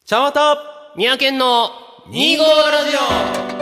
ちゃわた三宅県の2号ラジオ。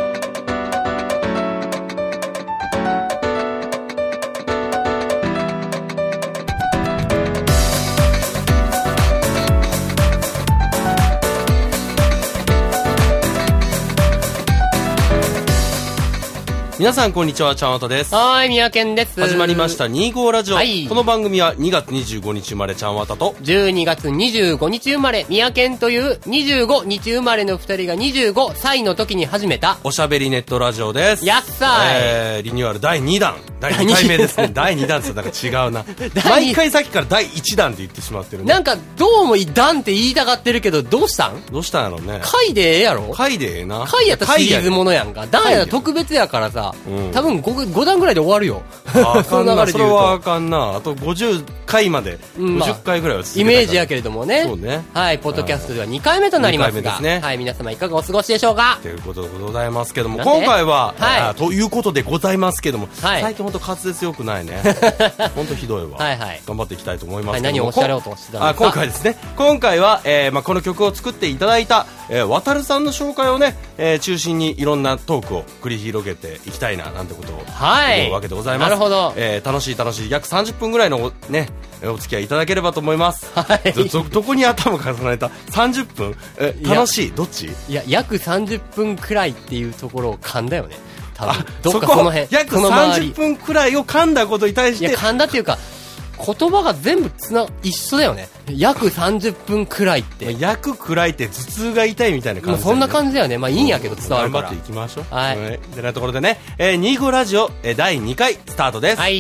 皆さんこんにちは、ちゃんわたです。 はーい、三宅県です。 始まりました2号ラジオ、 はい、 この番組は2月25日生まれちゃんわたと 12月25日生まれ三宅県という25日生まれの2人が25歳の時に始めたおしゃべりネットラジオです。 やっさーい、 リニューアル第2弾第2回目ですね。第2弾ってなんか違うな毎回さっきから第1弾って言ってしまってるね。 なんかどうも弾って言いたがってるけど、どうしたんやろうね。 回でええやろ。 回でええな。 回やったらシリーズものやんか。弾やったら特別やからさ、多分5弾ぐらいで終わるよ。 あかんなそれはあかんな。あと50回まで、50回ぐらいは続けたい、 イメージやけれどもね。 そうね。 はい、ポッドキャストでは2回目となりますが、 2回目ですね。 はい、皆様いかがお過ごしでしょうか。 ということでございますけども、今回は、 はい、 ということでございますけども、 はい、 最近本当滑舌良くないね。本当ひどいわ。 はいはい、 頑張っていきたいと思いますけども、 はい、何をおっしゃろうとしてたんですか。 今回ですね、今回は、この曲を作っていただいた、わたるさんの紹介をね、中心にいろんなトークを繰り広げていきたいななんてことを思うわけでございます。 なるほど。 楽しい約30分ぐらいのね、お付き合いいただければと思います。 はい。 どこに頭重ねた30分楽しいどっち？ いや、約30分くらいっていうところを噛んだよね。多分どっかその辺、 約30分くらいを噛んだことに対して、 いや噛んだっていうか言葉が全部一緒だよね。約30分くらいって、 約くらいって頭痛が痛いみたいな感じだよね。 そんな感じだよね。まあいいんやけど伝わるから頑張っていきましょう。 はい。 でなところでね、25ラジオ第2回スタートです。 はい。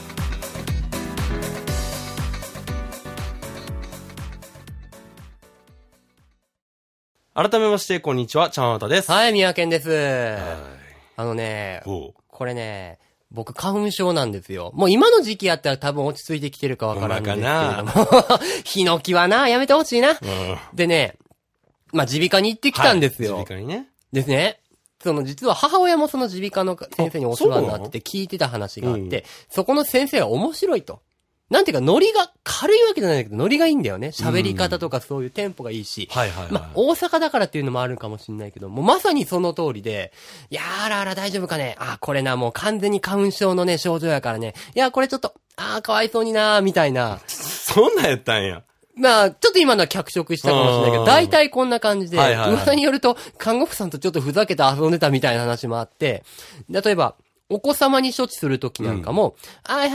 改めましてこんにちは、ちゃんわたです。 はい、三宅です。ね、 これね、僕花粉症なんですよ。もう今の時期やったら多分落ち着いてきてるかわからんですけれどもヒノキはな、やめてほしいな、でね、まあ耳鼻科に行ってきたんですよ。 耳鼻科にね。 ですね。実は母親もその耳鼻科の先生にお世話になって聞いてた話があって、そこの先生が面白いと。なんていうか、ノリが軽いわけじゃないんだけど、ノリがいいんだよね。喋り方とかそういうテンポがいいし。まあ、大阪だからっていうのもあるかもしれないけど、もうまさにその通りで、いやーあら大丈夫かね。これな、もう完全に花粉症のね、症状やからね。いや、これちょっと、かわいそうになー、みたいな。 そんなんやったんや。 まあ、ちょっと今のは脚色したかもしれないけど、大体こんな感じで、噂によると、看護婦さんとちょっとふざけて遊んでたみたいな話もあって、例えば、お子様に処置するときなんかも、はい、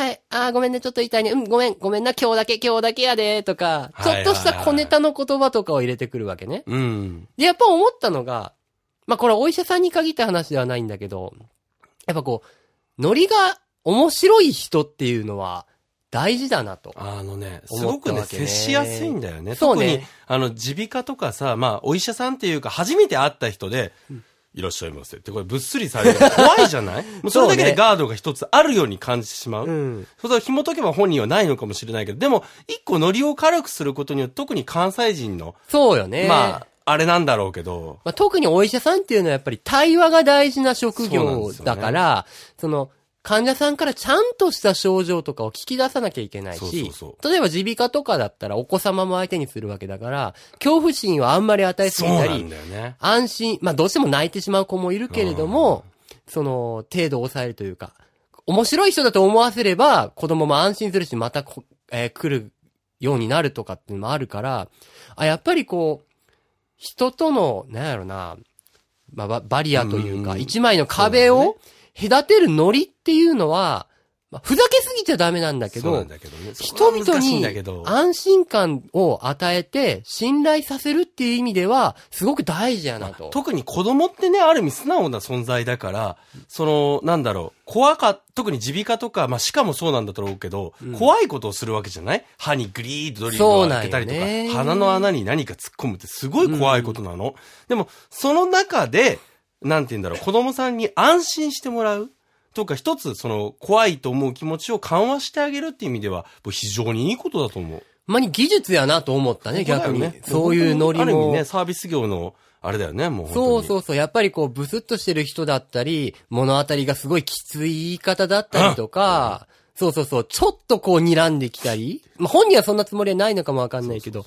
ごめんね、ちょっと痛いね、ごめんな、今日だけやで、とか、ちょっとした小ネタの言葉とかを入れてくるわけね。で、やっぱ思ったのが、まあこれお医者さんに限った話ではないんだけど、やっぱこう、ノリが面白い人っていうのは、大事だなと。 すごくね、接しやすいんだよね。 そうね。 特に、耳鼻科とかさ、まあ、お医者さんっていうか、初めて会った人で、いらっしゃいませって、これぶっすりされる。怖いじゃないもうそれだけでガードが一つあるように感じてしまう。そう紐解けば本人はないのかもしれないけど、でも、一個ノリを軽くすることによって、特に関西人の。 そうよね。 まあ、あれなんだろうけど。 まあ、特にお医者さんっていうのはやっぱり対話が大事な職業だから、患者さんからちゃんとした症状とかを聞き出さなきゃいけないし、例えば耳鼻科とかだったらお子様も相手にするわけだから、恐怖心はあんまり与えすぎたり、安心、まあどうしても泣いてしまう子もいるけれども、程度を抑えるというか、面白い人だと思わせれば子供も安心するし、また来るようになるとかっていうのもあるから、やっぱりこう、人との、なんやろな、まあバリアというか、一枚の壁を、隔てるノリっていうのは、まあ、ふざけすぎちゃダメなんだけど、人々に安心感を与えて信頼させるっていう意味では、すごく大事やなと。 特に子供ってね、ある意味素直な存在だから、なんだろう、特に耳鼻科とか、まあ、歯科もそうなんだと思うけど、怖いことをするわけじゃない？歯にグリーッとドリルを開けたりとか、鼻の穴に何か突っ込むってすごい怖いことなの。でも、その中で、なんて言うんだろう、子供さんに安心してもらうとか、一つ怖いと思う気持ちを緩和してあげるっていう意味では、非常にいいことだと思う。 まに技術やなと思ったね、逆に。そういうノリも。 ある意味ね、サービス業の、あれだよね、もう本当に。 そう。やっぱりこう、ブスッとしてる人だったり、物当たりがすごいきつい言い方だったりとか、ちょっとこう睨んできたり、まあ、本人はそんなつもりはないのかもわかんないけど、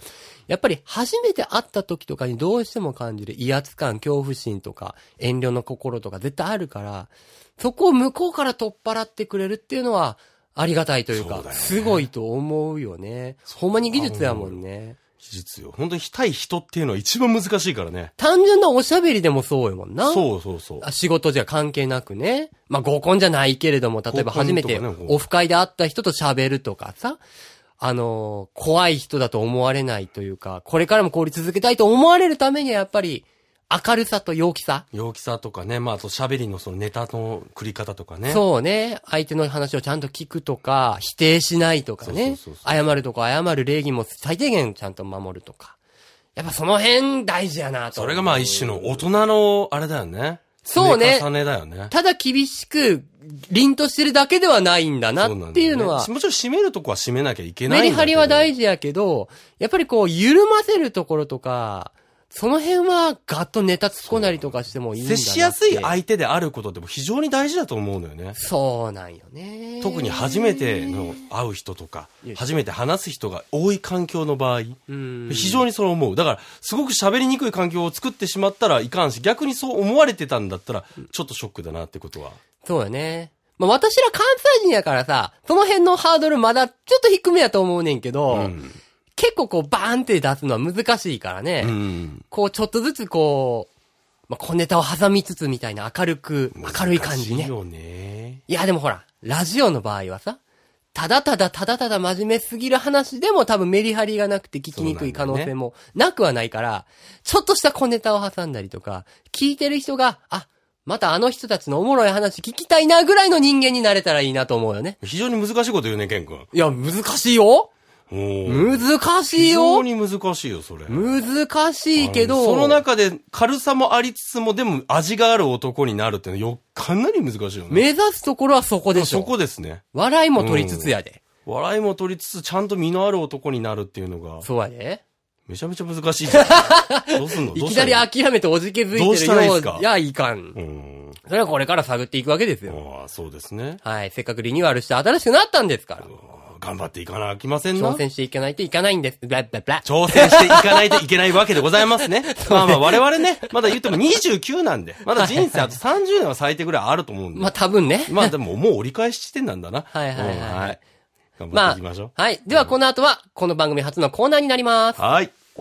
やっぱり初めて会った時とかにどうしても感じる威圧感、恐怖心とか遠慮の心とか絶対あるから、そこを向こうから取っ払ってくれるっていうのはありがたいというか、すごいと思うよね。ほんまに技術やもんね。 技術よ。本当に対人っていうのは一番難しいからね。 単純なおしゃべりでもそうよもんな。 そうそうそう。 仕事じゃ関係なくね。まあ合コンじゃないけれども、例えば初めてオフ会で会った人と喋るとかさ、怖い人だと思われないというか、これからも凍り続けたいと思われるためにはやっぱり、明るさと陽気さ。 陽気さとかね。まあ、あと喋りのそのネタの繰り方とかね。 そうね。相手の話をちゃんと聞くとか、否定しないとかね。謝るとか謝る礼儀も最低限ちゃんと守るとか。やっぱその辺大事やなと。 それがまあ一種の大人のあれだよね。 そうね。 重ねだよね。 ただ厳しく、凛としてるだけではないんだなっていうのは。 もちろん締めるとこは締めなきゃいけないんだけど。 メリハリは大事やけど、やっぱりこう、緩ませるところとか、その辺はガッとネタ突っ込んだりとかしてもいいんだなって。 接しやすい相手であることでも非常に大事だと思うのよね。 そうなんよね。 特に初めての会う人とか、初めて話す人が多い環境の場合、非常にそう思う。だから、すごく喋りにくい環境を作ってしまったらいかんし、逆にそう思われてたんだったら、ちょっとショックだなってことは。 そうだね。まあ私ら関西人やからさ、その辺のハードルまだちょっと低めやと思うねんけど、結構こうバーンって出すのは難しいからね。こうちょっとずつこう、まあ、小ネタを挟みつつみたいな明るい感じね。 いいよね。 いやでもほら、ラジオの場合はさ、ただただ真面目すぎる話でも多分メリハリがなくて聞きにくい可能性もなくはないから、ちょっとした小ネタを挟んだりとか、聞いてる人が、またあの人たちのおもろい話聞きたいなぐらいの人間になれたらいいなと思うよね。 非常に難しいこと言うね、ケン君。 いや、難しいよ。難しいよ。 非常に難しいよ、それ。 難しいけど。 その中で軽さもありつつも、でも味がある男になるっていうのはかなり難しいよね。 目指すところはそこでしょ。 そこですね。 笑いも取りつつやで。 笑いも取りつつ、ちゃんと身のある男になるっていうのが。 そうやで。 めちゃめちゃ難しいじゃん。どうすんの？ いきなり諦めておじけづいてるよう。 どうしたらいいですか？ いや、いかん。それはこれから探っていくわけですよ。 そうですね。 はい。せっかくリニューアルして新しくなったんですから。 頑張っていかなきませんな。 挑戦していかないといけないんです。 挑戦していかないといけないわけでございますね。まあ我々ね、まだ言っても29なんで、まだ人生あと30年は最低ぐらいあると思うんで。 まあ多分ね。 まあでももう折り返し地点なんだな。 はい。 頑張っていきましょう。 はい。ではこの後は、この番組初のコーナーになります。 はい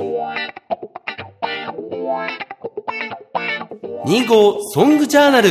。2号ソングジャーナル。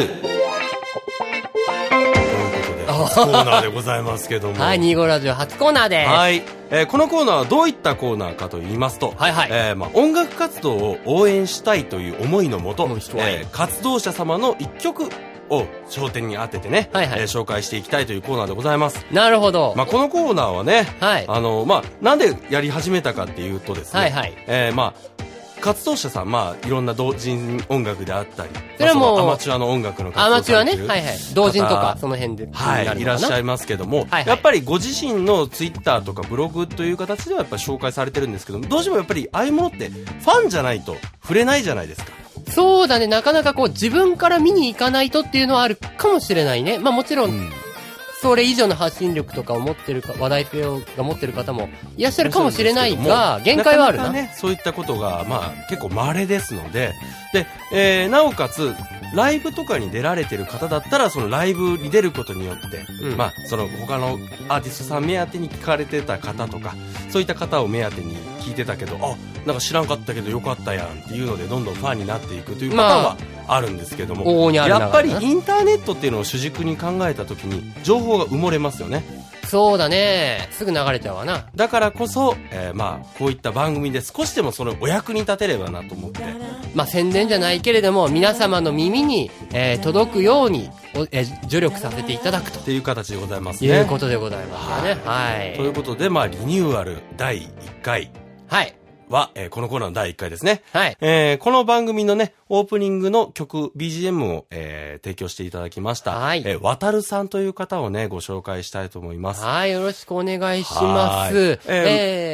コーナーでございますけども。 はい、2号ラジオ初コーナーです。 はい。このコーナーはどういったコーナーかと言いますと、音楽活動を応援したいという思いのもと、活動者様の一曲を焦点に当ててね、紹介していきたいというコーナーでございます。 なるほど。 このコーナーはね、なんでやり始めたかっていうとですね、活動者さん、いろんな同人音楽であったり、 それはもう、 アマチュアの音楽の活動アマチュアね、同人とか、その辺で。 いらっしゃいますけども、やっぱりご自身のツイッターとかブログという形ではやっぱり紹介されてるんですけども、どうしてもやっぱりああいうものってファンじゃないと触れないじゃないですか。 そうだね、なかなかこう自分から見に行かないとっていうのはあるかもしれないね。もちろん、それ以上の発信力とかを持ってるか、話題性を持ってる方もいらっしゃるかもしれないが、限界はあるな。 そういったことが、結構稀ですので、で、なおかつ、ライブとかに出られてる方だったら、そのライブに出ることによって、その他のアーティストさん目当てに聞かれてた方とか、そういった方を目当てに聞いてたけど、なんか知らんかったけどよかったやんっていうので、どんどんファンになっていくという方はあるんですけども、やっぱりインターネットっていうのを主軸に考えたときに、情報が埋もれますよね。 そうだね。すぐ流れちゃうわな。 だからこそ、こういった番組で少しでもそのお役に立てればなと思って。 宣伝じゃないけれども、皆様の耳に、届くように、助力させていただくと。 っていう形でございますね。 いうことでございますね。はい。 ということで、リニューアル第1回。 はい。 は、このコーナーの第1回ですね。 はい。 この番組のね、オープニングの曲、BGM を、提供していただきました。 はい。 わたるさんという方をね、ご紹介したいと思います。 はい、よろしくお願いします。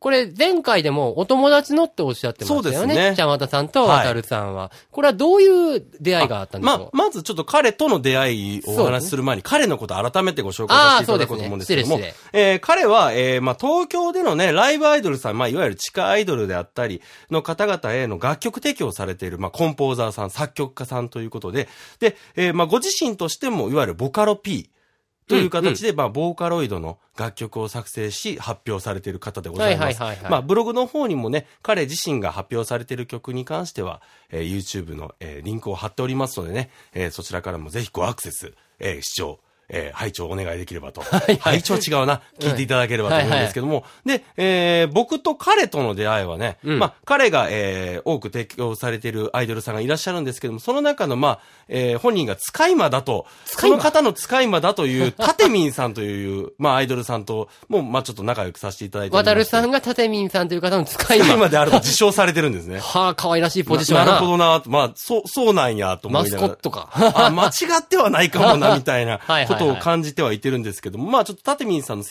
これ前回でもお友達のっておっしゃってましたよね。そうですね。ちゃんわたさんとわたるさんは。これはどういう出会いがあったんでしょう？ まずちょっと彼との出会いをお話しする前に、彼のことを改めてご紹介させていただこうと思うんですけども、彼は、東京でのね、ライブアイドルさん、いわゆる地下アイドルであったりの方々への楽曲提供されている、コンポーザーさん、作曲家さんということで、で、ご自身としても、いわゆるボカロ P、という形で、ボーカロイドの楽曲を作成し、発表されている方でございます。ブログの方にもね、彼自身が発表されている曲に関しては、YouTube の、リンクを貼っておりますのでね、そちらからもぜひごアクセス、視聴、拝聴お願いできればと。拝聴違うな。聞いていただければと思うんですけども。で、僕と彼との出会いはね、彼が、多く提供されているアイドルさんがいらっしゃるんですけども、その中の、本人が使い魔だと、その方の使い魔だという、タテミンさんという、アイドルさんとも、ちょっと仲良くさせていただいております。 わたるさんがタテミンさんという方の使い魔。 使い魔であると自称されてるんですね。 可愛らしいポジションだな。 なるほどな。そうなんや、と思いながら。 マスコットか。 間違ってはないかもな、みたいなことを感じてはいてるんですけども、ちょっとタテミンさんの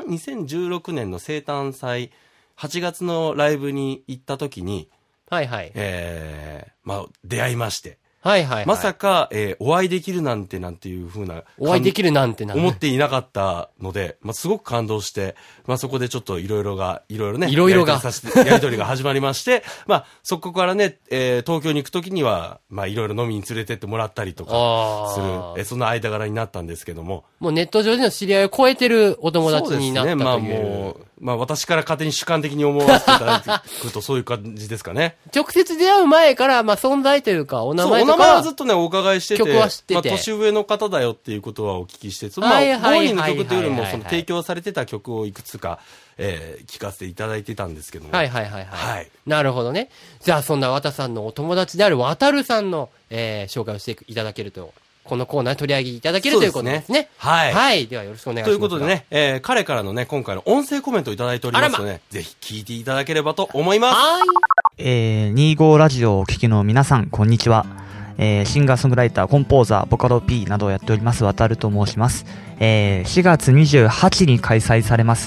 2016年の生誕祭、8月のライブに行った時に、出会いまして。まさか、お会いできるなんていう風な。 お会いできるなんて思っていなかったので、すごく感動して、そこでちょっといろいろね、 いろいろがやりとりが始まりまして、そこからね、東京に行くときには、いろいろ飲みに連れてってもらったりとかする、そんな間柄になったんですけども。 もうネット上での知り合いを超えてるお友達になったという。そうですね。 私から勝手に主観的に思わせていただいてくるとそういう感じですかね。 直接出会う前から、存在というか、お名前とか。 お名前はずっとね、お伺いしてて。 曲は知ってて。 年上の方だよっていうことはお聞きして、ご本人の曲というよりも、提供されてた曲をいくつか、聞かせていただいてたんですけども。なるほどね。じゃあ、そんなわたさんのお友達であるわたるさんの、紹介をしていただけると。このコーナー取り上げていただけるということですね。はい。ではよろしくお願いします。 ということでね、彼からのね、今回の音声コメントをいただいておりますので、ぜひ聞いていただければと思います。 25ラジオをお聞きの皆さん、こんにちは。シンガーソングライター、コンポーザー、ボカロ P などをやっております、わたると申します。4月28日に開催されます、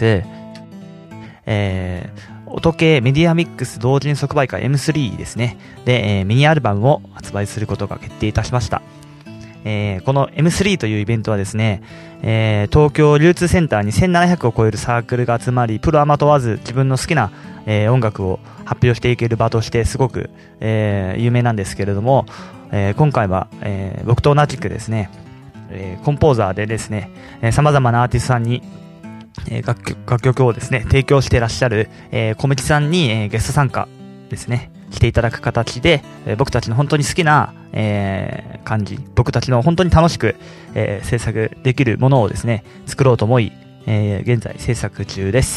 音系メディアミックス同人即売会 M3 ですね。で、ミニアルバムを発売することが決定いたしました。この M3 というイベントはですね、東京流通センターに1700を超えるサークルが集まり、プロアマ問わず自分の好きな、音楽を発表していける場としてすごく、有名なんですけれども、今回は、僕と同じくですね、コンポーザーでですね、様々なアーティストさんに、楽曲をですね、提供していらっしゃる、小道さんに、ゲスト参加ですね、していただく形で、僕たちの本当に好きな、感じ、僕たちの本当に楽しく、制作できるものをですね、作ろうと思い、現在制作中です。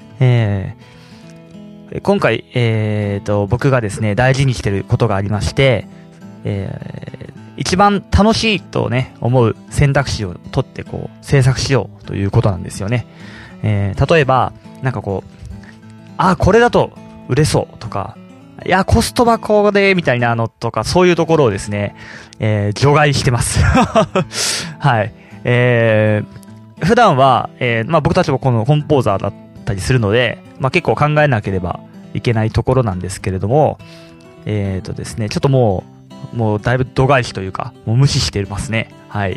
今回、僕がですね、大事にしていることがありまして、一番楽しいとね、思う選択肢を取って制作しようということなんですよね。例えば、これだと売れそうとか、いや、コストはこうで、みたいなのとか、そういうところをですね、除外してます。はい。普段は、僕たちもこのコンポーザーだったりするので、結構考えなければいけないところなんですけれども、ですね、ちょっともうだいぶ度外視というか、もう無視してますね。はい。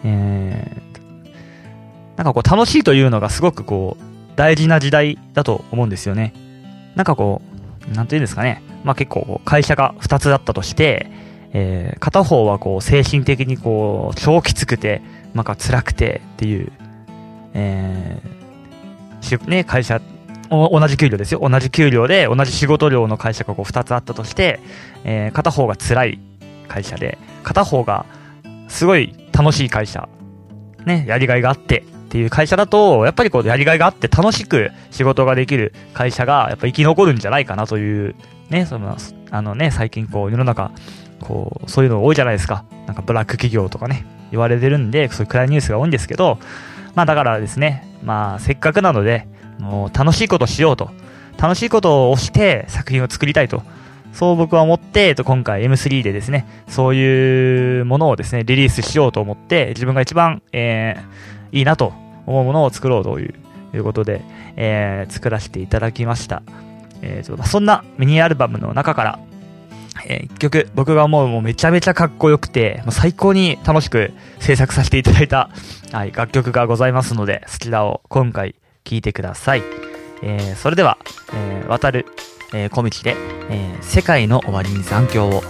楽しいというのがすごく大事な時代だと思うんですよね。なんていうんですかね。結構会社が2つだったとして、片方は精神的に超きつくて、辛くてっていう、会社、同じ給料ですよ。同じ給料で同じ仕事量の会社が2つあったとして、片方が辛い会社で、片方がすごい楽しい会社、ね、やりがいがあってっていう会社だと、やっぱりやりがいがあって楽しく仕事ができる会社がやっぱ生き残るんじゃないかなという、ね、最近世の中、そういうの多いじゃないですか。ブラック企業とかね、言われてるんで、そういう暗いニュースが多いんですけど、だからですね、せっかくなので、もう楽しいことをしようと。楽しいことをして作品を作りたいと。そう僕は思って、今回 M3 でですね、そういうものをですね、リリースしようと思って、自分が一番、いいなと思うものを作ろうといういうことで、作らせていただきました。そんなミニアルバムの中から、一曲僕が思うもうめちゃめちゃかっこよくて、もう最高に楽しく制作させていただいた、はい、楽曲がございますので、そちらを今回聴いてください。それでは、渡る、小道で、世界の終わりに残響を。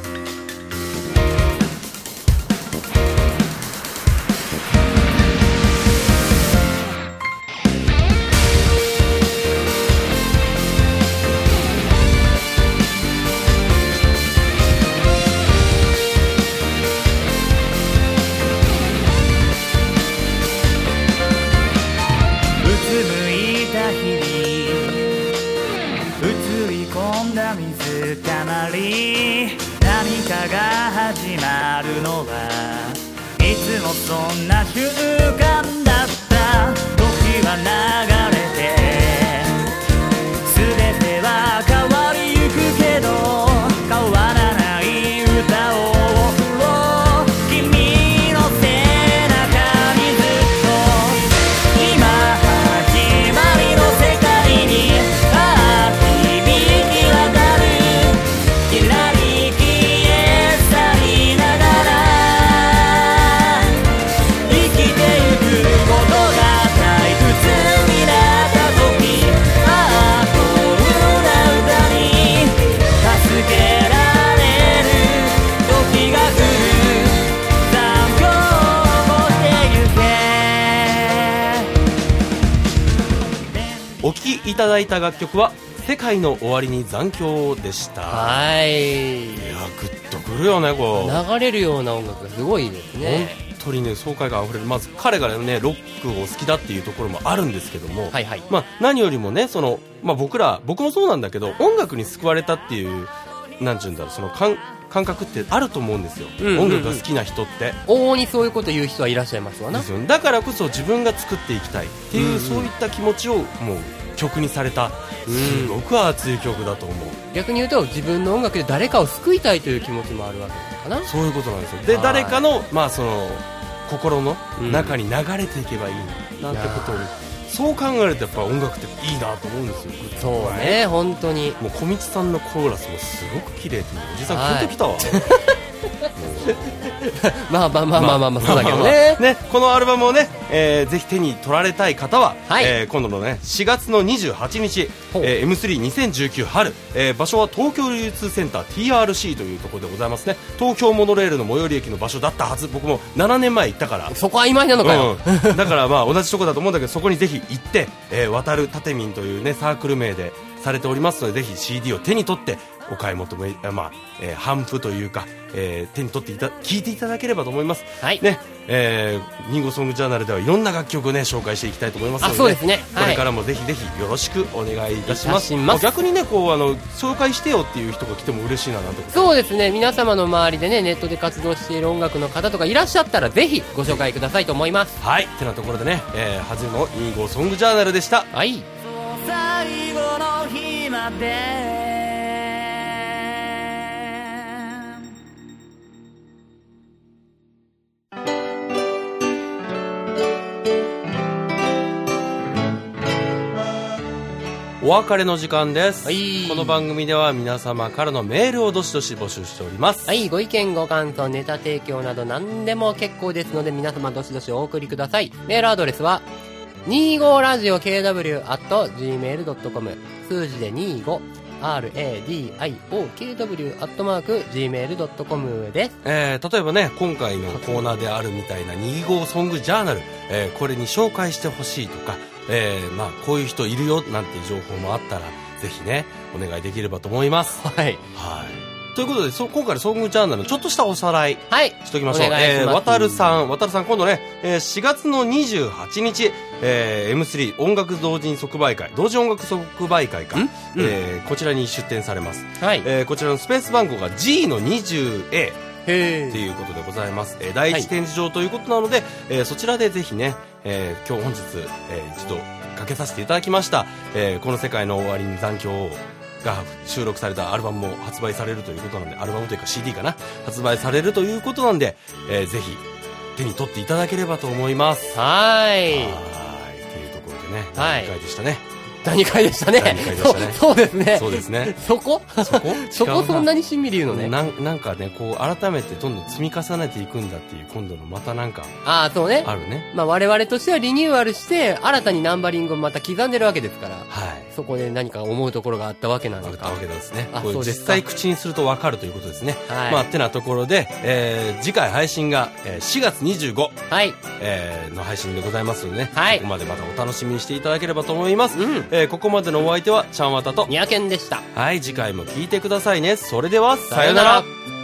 水たまり何かが始まるのはいつもそんな瞬間だった時は流れて全ては変わりゆくけど変わらない歌を送ろう君の背中にずっと今始まりの世界にお聴きいただいた楽曲は世界の終わりに残響でした。 はい。 いやグッとくるよねこう。 流れるような音楽がすごいですね。 本当にね爽快感あふれる。まず彼がねロックを好きだっていうところもあるんですけども、 はいはい。 まあ何よりもねそのまあ僕もそうなんだけど音楽に救われたっていうなんていうんだろうその感覚ってあると思うんですよ、音楽が好きな人って往々にそういうこと言う人はいらっしゃいますわな。 ですよね。だからこそ自分が作っていきたいっていう、そういった気持ちをもう曲にされたすごく熱い曲だと思う。 逆に言うと自分の音楽で誰かを救いたいという気持ちもあるわけかな。 そういうことなんですよ。で誰かのまあその心の中に流れていけばいいなんてことをそう考えるとやっぱ音楽っていいなと思うんですよ。 そうね本当にもう小道さんのコーラスもすごく綺麗でおじさん聞いてきたわ、 まあそうだけどね。 ねこのアルバムをね、ぜひ手に取られたい方は、 はい今度のね4月の28日、M32019 春、場所は東京流通センター TRC というところでございますね。東京モノレールの最寄り駅の場所だったはず。僕も7年前行ったからそこは曖昧なのかよ、 だからまあ同じとこだと思うんだけどそこにぜひ行って、渡るたてみんというねサークル名でされておりますのでぜひ CD を手に取ってお買い求め頒布というか、手に取って聴いていただければと思います、 はいねニンゴソングジャーナルではいろんな楽曲をね紹介していきたいと思いますので、 そうですね、 これからもぜひぜひよろしくお願いいたします。逆にねこう紹介してよっていう人が来ても嬉しいなと。 そうですね皆様の周りでねネットで活動している音楽の方とかいらっしゃったらぜひご紹介くださいと思います。 はいてなところでね、初のニンゴソングジャーナルでした。 はい。 最後の日までお別れの時間です、 はい、 この番組では皆様からのメールをどしどし募集しております。 はい、ご意見ご感想ネタ提供など何でも結構ですので皆様どしどしお送りください。メールアドレスは25radiokw@gmail.com 数字で25radiokw@gmail.com です。 例えばね今回のコーナーであるみたいな25ソングジャーナル、これに紹介してほしいとか、こういう人いるよなんていう情報もあったらぜひねお願いできればと思います。 はい、 ということで今回のソングジャーナルのちょっとしたおさらいしときましょう。渡るさん今度ね、4月の28日、M3 音楽同人即売会同時音楽即売会か、こちらに出展されます、こちらのスペース番号が G の 20Aということでございます。第一展示場ということなので、そちらでぜひね、今日本日、一度かけさせていただきました、この世界の終わりに残響が収録されたアルバムも発売されるということなんで、アルバムというか CD かな発売されるということなんで、ぜひ手に取っていただければと思います。 はいというところでね。 はい。 第2回でしたね。 第2回でしたね。 第2回でしたね。 そうですね。 そうですね。 そこそこそんなにしんみり言うのね。 なんかね、こう、改めてどんどん積み重ねていくんだっていう、今度のまたなんか。 ああ、そうね。 あるね。 まあ我々としてはリニューアルして、新たにナンバリングをまた刻んでるわけですから。 はい。 そこで何か思うところがあったわけなんですか。 あったわけですね。 あ、そうです実際口にするとわかるということですね。 はい。 まあ、ってなところで、次回配信が、4月25。 はい。 の配信でございますのでね。 はい。 ここまでまたお楽しみにしていただければと思います。 うん。 ここまでのお相手は、ちゃんわたと、 にゃけんでした。 はい、次回も聞いてくださいね。それでは、さよなら。